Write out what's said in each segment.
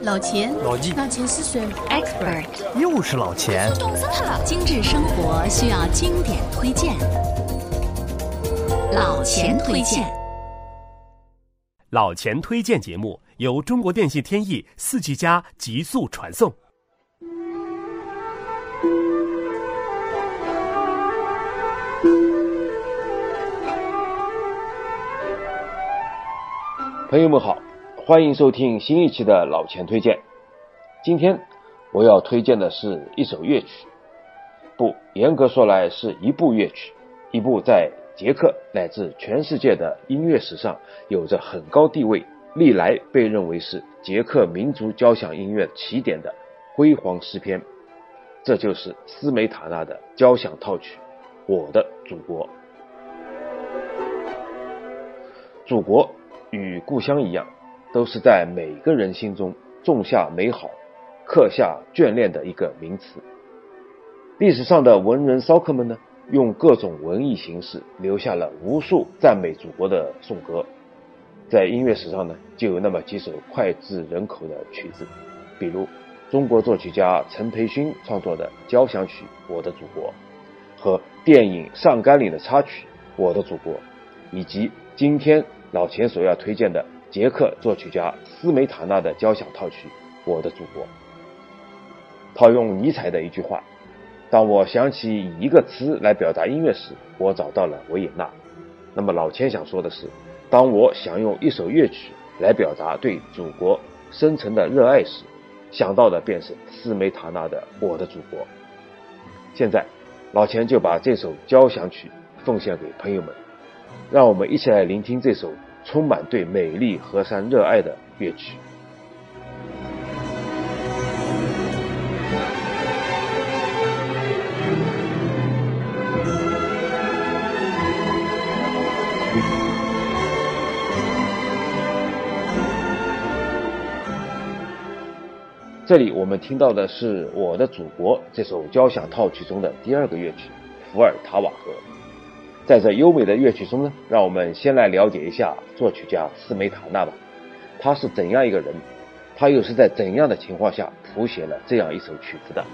老钱， 老纪， 老钱是谁 ？Expert， 又是老钱。 懂死他了！精致生活需要经典推荐，老钱推荐。 老钱推荐节目由中国电信天翼4G+ 极速传送。 朋友们好，欢迎收听新一期的老钱推荐。今天我要推荐的是一首乐曲，不，严格说来是一部乐曲，一部在捷克乃至全世界的音乐史上有着很高地位，历来被认为是捷克民族交响音乐起点的辉煌诗篇，这就是斯梅塔纳的交响套曲《我的祖国》。祖国与故乡一样，都是在每个人心中种下美好、刻下眷恋的一个名词。历史上的文人骚客们呢，用各种文艺形式留下了无数赞美祖国的颂歌。在音乐史上呢，就有那么几首脍炙人口的曲子，比如中国作曲家陈培勋创作的交响曲《我的祖国》，和电影《上甘岭》的插曲《我的祖国》，以及今天老钱所要推荐的捷克作曲家斯梅塔纳的交响套曲《我的祖国》。套用尼采的一句话，当我想起以一个词来表达音乐时，我找到了维也纳。那么老钱想说的是，当我想用一首乐曲来表达对祖国深沉的热爱时，想到的便是斯梅塔纳的《我的祖国》。现在老钱就把这首交响曲奉献给朋友们，让我们一起来聆听这首充满对美丽河山热爱的乐曲。这里我们听到的是《我的祖国》这首交响套曲中的第二个乐曲伏尔塔瓦河。在这优美的乐曲中呢，让我们先来了解一下作曲家斯梅塔纳吧。他是怎样一个人？他又是在怎样的情况下谱写了这样一首曲子的？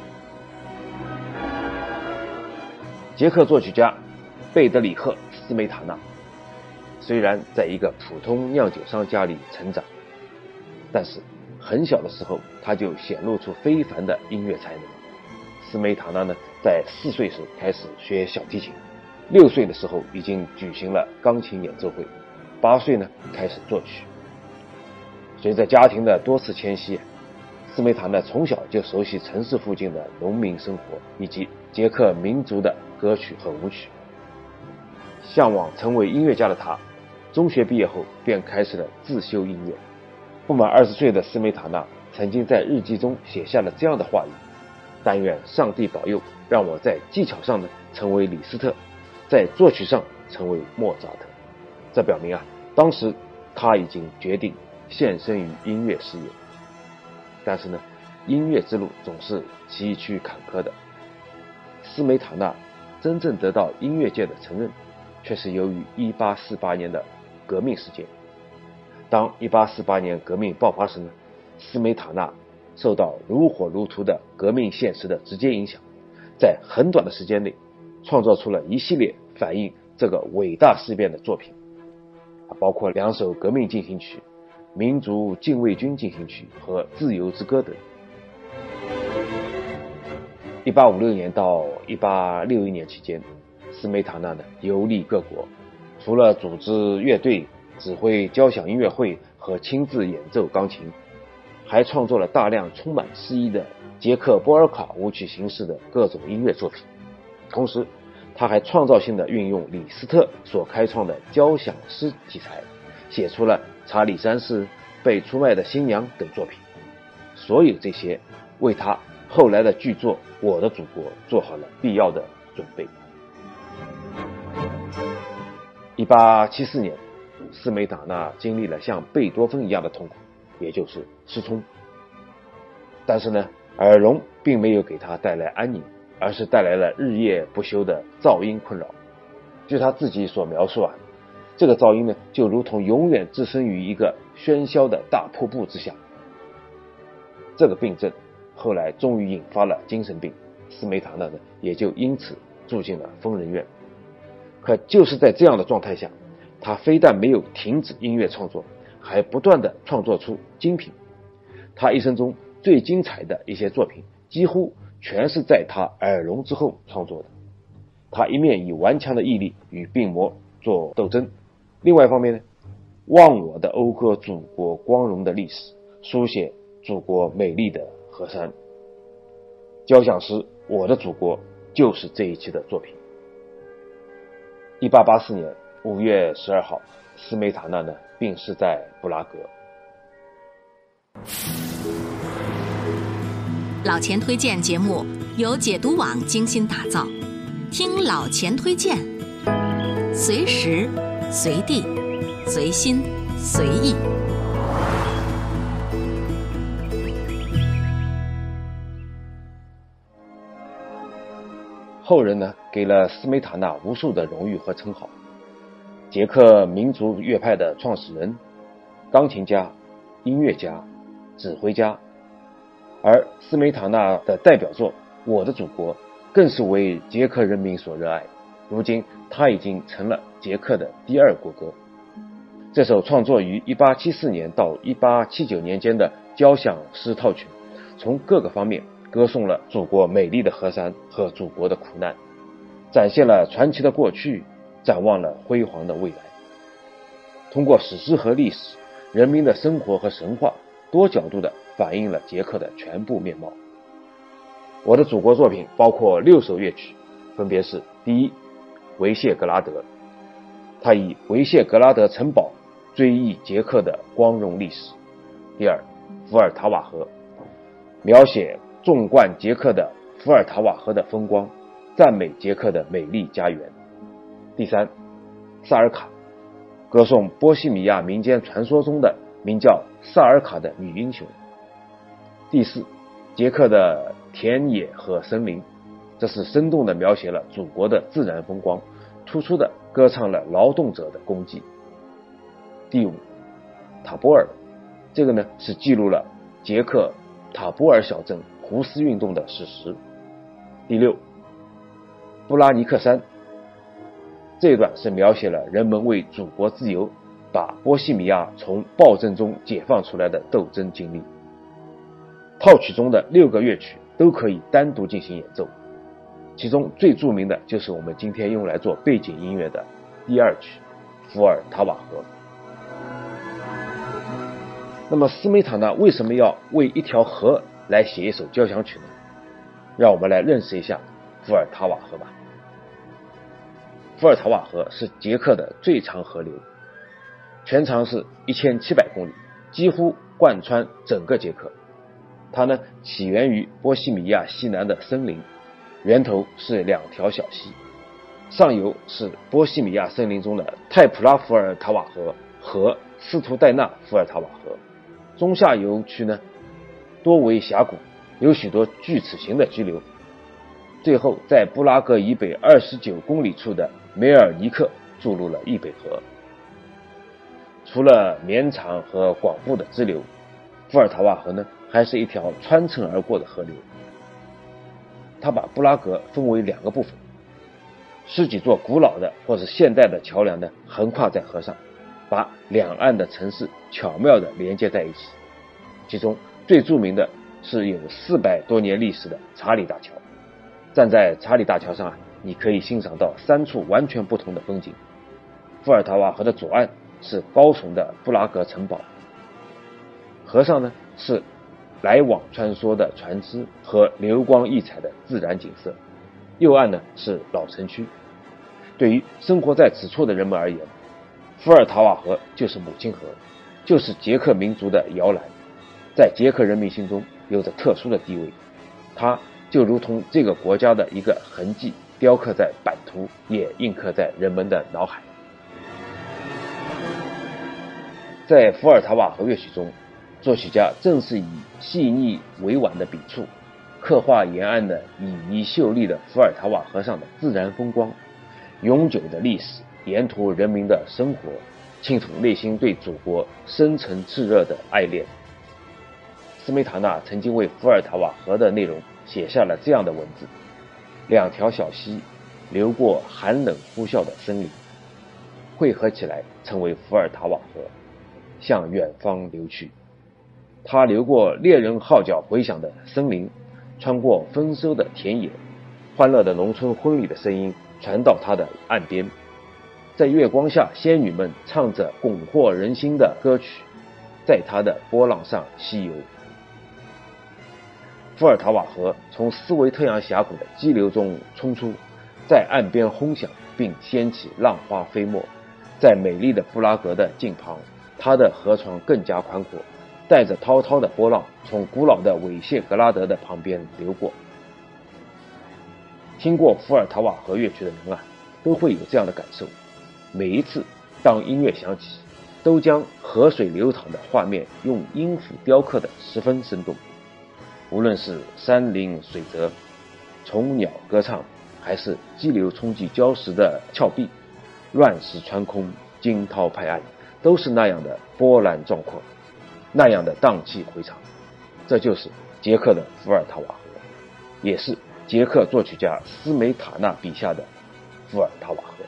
捷克作曲家贝德里赫·斯梅塔纳虽然在一个普通酿酒商家里成长，但是很小的时候他就显露出非凡的音乐才能。斯梅塔纳呢，在4岁时开始学小提琴，6岁的时候已经举行了钢琴演奏会，8岁呢开始作曲。随着家庭的多次迁徙，斯梅塔纳从小就熟悉城市附近的农民生活以及捷克民族的歌曲和舞曲。向往成为音乐家的他，中学毕业后便开始了自修音乐。不满20岁的斯梅塔纳曾经在日记中写下了这样的话语：但愿上帝保佑，让我在技巧上呢成为李斯特，在作曲上成为莫扎特。这表明当时他已经决定献身于音乐事业。但是呢，音乐之路总是崎岖坎坷的。斯梅塔纳真正得到音乐界的承认，却是由于1848年的革命事件。当1848年革命爆发时呢，斯梅塔纳受到如火如荼的革命现实的直接影响，在很短的时间内创造出了一系列反映这个伟大事变的作品，包括2首革命进行曲、民族禁卫军进行曲和自由之歌等。1856年到1861年期间，斯梅塔纳呢游历各国，除了组织乐队、指挥交响音乐会和亲自演奏钢琴，还创作了大量充满诗意的捷克波尔卡舞曲形式的各种音乐作品。同时他还创造性地运用李斯特所开创的交响诗题材，写出了《查理三世》、《被出卖的新娘》等作品。所有这些为他后来的巨作《我的祖国》做好了必要的准备。1874年，斯梅塔纳经历了像贝多芬一样的痛苦，也就是失聪。但是呢，耳聋并没有给他带来安宁，而是带来了日夜不休的噪音困扰。据他自己所描述这个噪音呢，就如同永远置身于一个喧嚣的大瀑布之下。 这个病症后来终于引发了精神病，斯梅塔纳呢也就因此住进了疯人院。可就是在这样的状态下，他非但没有停止音乐创作，还不断地创作出精品。他一生中最精彩的一些作品几乎全是在他耳聋之后创作的。他一面以顽强的毅力与病魔做斗争，另外一方面呢，忘我的讴歌祖国光荣的历史，书写祖国美丽的河山。交响诗《我的祖国》就是这一期的作品。1884年5月12号，斯梅塔纳呢病逝在布拉格。 老钱推荐节目由解读网精心打造，听老钱推荐，随时随地随心随意。 后人呢给了斯梅塔纳无数的荣誉和称号，捷克民族乐派的创始人、钢琴家、音乐家、指挥家，而斯梅塔纳的代表作《我的祖国》更是为捷克人民所热爱，如今它已经成了捷克的第二国歌。这首创作于1874年到1879年间的交响诗套曲，从各个方面歌颂了祖国美丽的河山和祖国的苦难，展现了传奇的过去，展望了辉煌的未来。通过史诗和历史、人民的生活和神话，多角度地反映了捷克的全部面貌。我的祖国作品包括6首乐曲，分别是：第一，维谢格拉德，他以维谢格拉德城堡追忆捷克的光荣历史；第二，伏尔塔瓦河，描写纵贯捷克的伏尔塔瓦河的风光，赞美捷克的美丽家园；第三，萨尔卡，歌颂波西米亚民间传说中的名叫萨尔卡的女英雄；第四，捷克的田野和森林，这是生动地描写了祖国的自然风光，突出地歌唱了劳动者的功绩；第五，塔波尔，这个呢是记录了捷克塔波尔小镇胡斯运动的史实；第六，布拉尼克山，这一段是描写了人们为祖国自由把波西米亚从暴政中解放出来的斗争经历。套曲中的6个乐曲都可以单独进行演奏，其中最著名的就是我们今天用来做背景音乐的第2曲伏尔塔瓦河。那么斯梅塔纳为什么要为一条河来写一首交响曲呢？让我们来认识一下伏尔塔瓦河吧。伏尔塔瓦河是捷克的最长河流，全长是1700公里，几乎贯穿整个捷克。它呢起源于波西米亚西南的森林，源头是2条小溪，上游是波西米亚森林中的泰普拉伏尔塔瓦河和斯图代纳伏尔塔瓦河，中下游区呢多为峡谷，有许多锯齿形的激流，最后在布拉格以北29公里处的梅尔尼克注入了易北河。除了绵长和广阔的支流，伏尔塔瓦河呢还是一条穿城而过的河流。它把布拉格分为2个部分，10几座古老的或是现代的桥梁呢横跨在河上，把两岸的城市巧妙地连接在一起。其中最著名的是有400多年历史的查理大桥。站在查理大桥上你可以欣赏到3处完全不同的风景。伏尔塔瓦河的左岸是高耸的布拉格城堡，河上呢是来往穿梭的船只和流光溢彩的自然景色，右岸呢是老城区。对于生活在此处的人们而言，伏尔塔瓦河就是母亲河，就是捷克民族的摇篮，在捷克人民心中有着特殊的地位，它就如同这个国家的一个痕迹，雕刻在版图，也印刻在人们的脑海。在伏尔塔瓦河乐曲中，作曲家正是以细腻委婉的笔触，刻画沿岸的旖旎秀丽的伏尔塔瓦河上的自然风光、永久的历史、沿途人民的生活，清楚内心对祖国深沉炽热的爱恋。 斯梅塔纳曾经为伏尔塔瓦河的内容写下了这样的文字：2条小溪流过寒冷呼啸的森林，汇合起来成为伏尔塔瓦河，向远方流去。它流过猎人号角回响的森林，穿过丰收的田野，欢乐的农村婚礼的声音传到它的岸边，在月光下，仙女们唱着蛊惑人心的歌曲，在它的波浪上西游。伏尔塔瓦河从斯维特扬峡谷的激流中冲出，在岸边轰响，并掀起浪花飞沫。在美丽的布拉格的近旁，它的河床更加宽阔，带着滔滔的波浪从古老的韦谢格拉德的旁边流过。听过伏尔塔瓦河乐曲的人啊，都会有这样的感受。每一次当音乐响起，都将河水流淌的画面用音符雕刻的十分生动。无论是山林水泽、虫鸟歌唱，还是激流冲击礁石的峭壁，乱石穿空，惊涛拍岸，都是那样的波澜壮阔，那样的荡气回肠。这就是捷克的伏尔塔瓦河，也是捷克作曲家斯梅塔纳笔下的伏尔塔瓦河。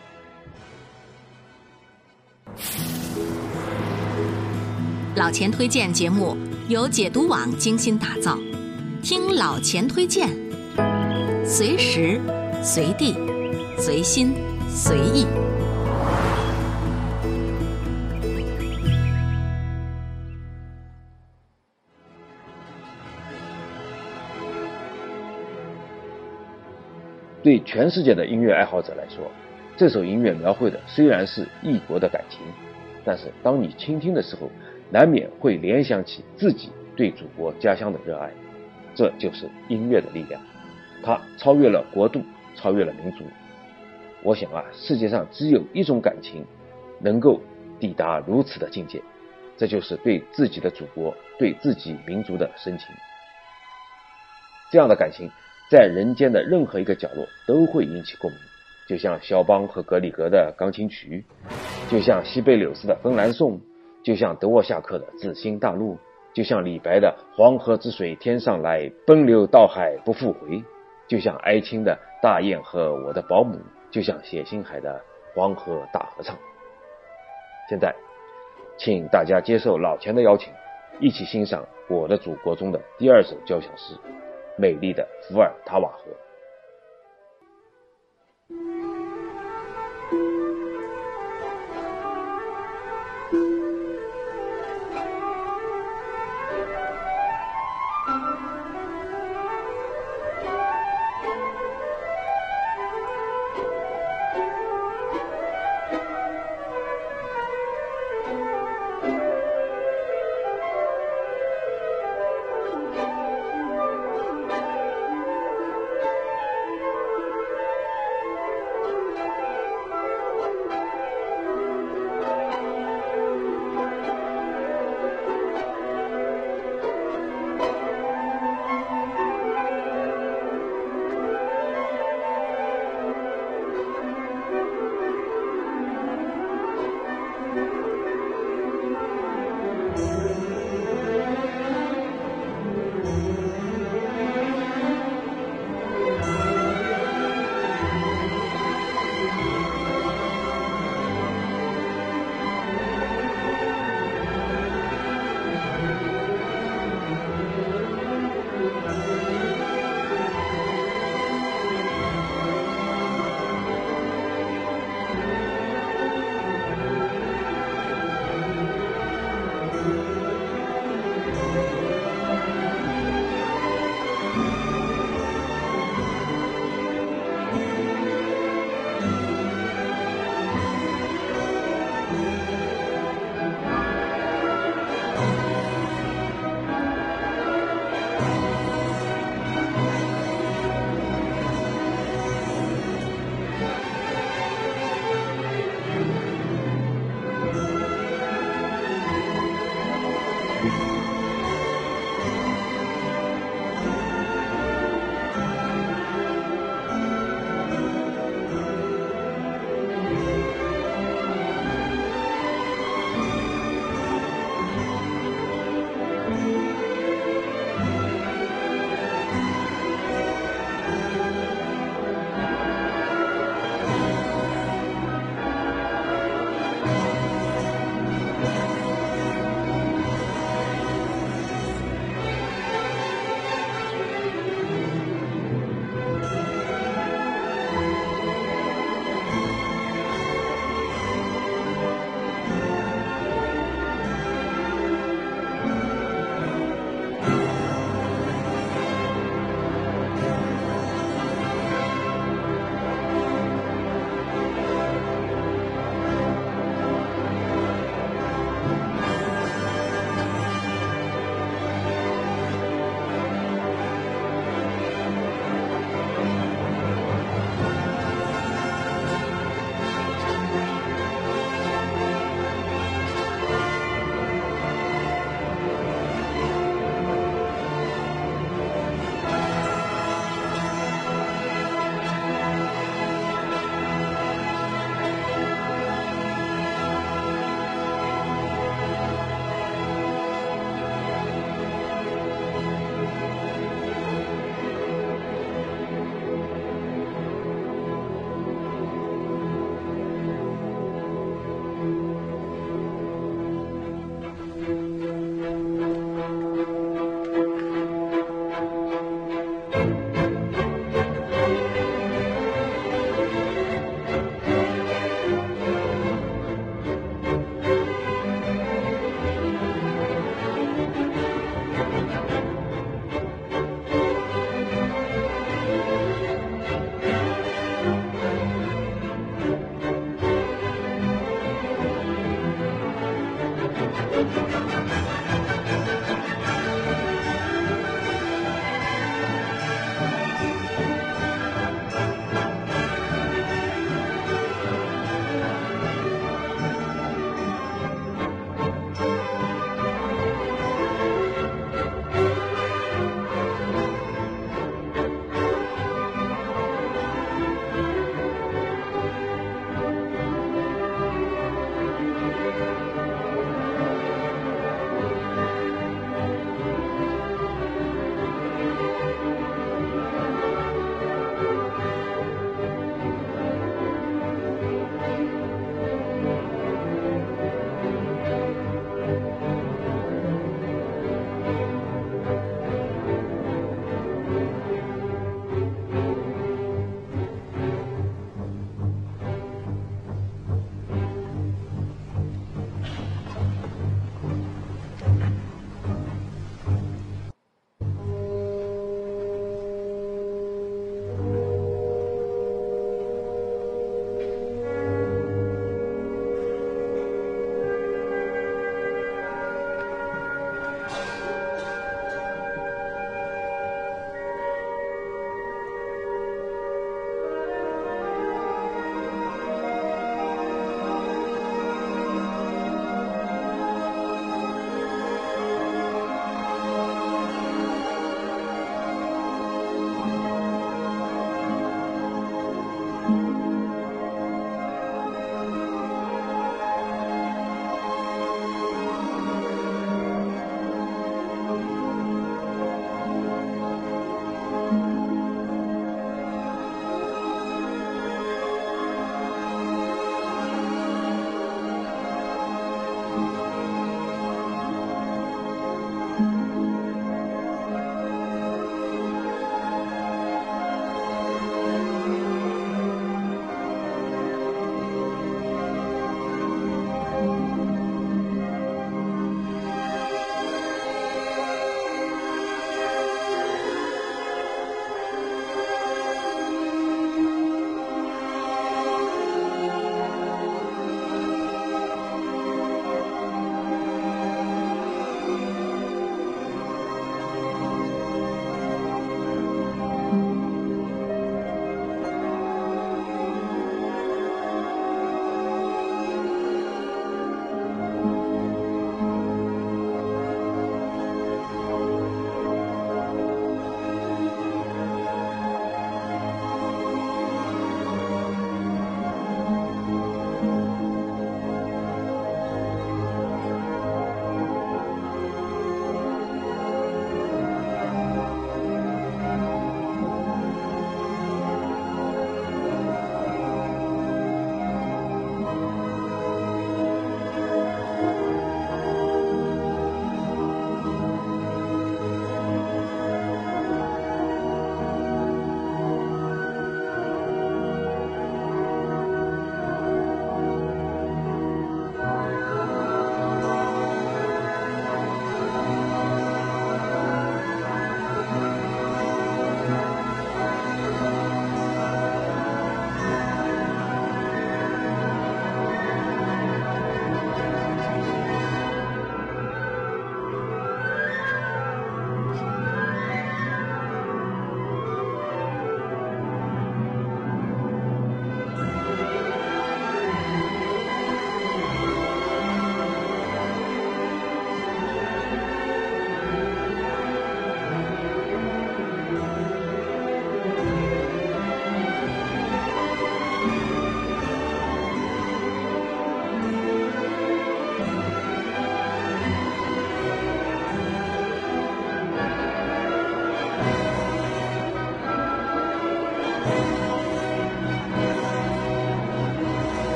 老钱推荐节目由解读网精心打造，听老钱推荐，随时随地随心随意。 对全世界的音乐爱好者来说，这首音乐描绘的虽然是异国的感情，但是当你倾听的时候，难免会联想起自己对祖国家乡的热爱。这就是音乐的力量，它超越了国度，超越了民族。我想啊，世界上只有一种感情能够抵达如此的境界，这就是对自己的祖国，对自己民族的深情。这样的感情在人间的任何一个角落都会引起共鸣，就像肖邦和格里格的钢琴曲，就像西贝柳斯的芬兰颂，就像德沃夏克的自新大陆，就像李白的黄河之水天上来，奔流到海不复回，就像艾青的大雁和我的保姆，就像谢星海的黄河大合唱。现在请大家接受老钱的邀请，一起欣赏我的祖国中的第二首交响诗，美丽的伏尔塔瓦河。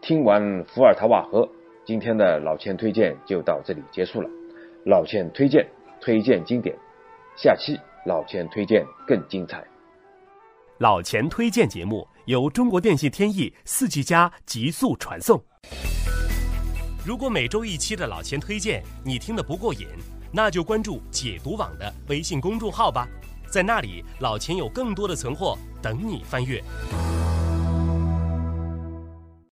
听完伏尔塔瓦河，今天的老钱推荐就到这里结束了。老钱推荐，推荐经典，下期老钱推荐更精彩。 老钱推荐节目由中国电信天翼4G+ 极速传送。如果每周一期的老钱推荐你听得不过瘾，那就关注解读网的微信公众号吧，在那里老钱有更多的存货等你翻阅。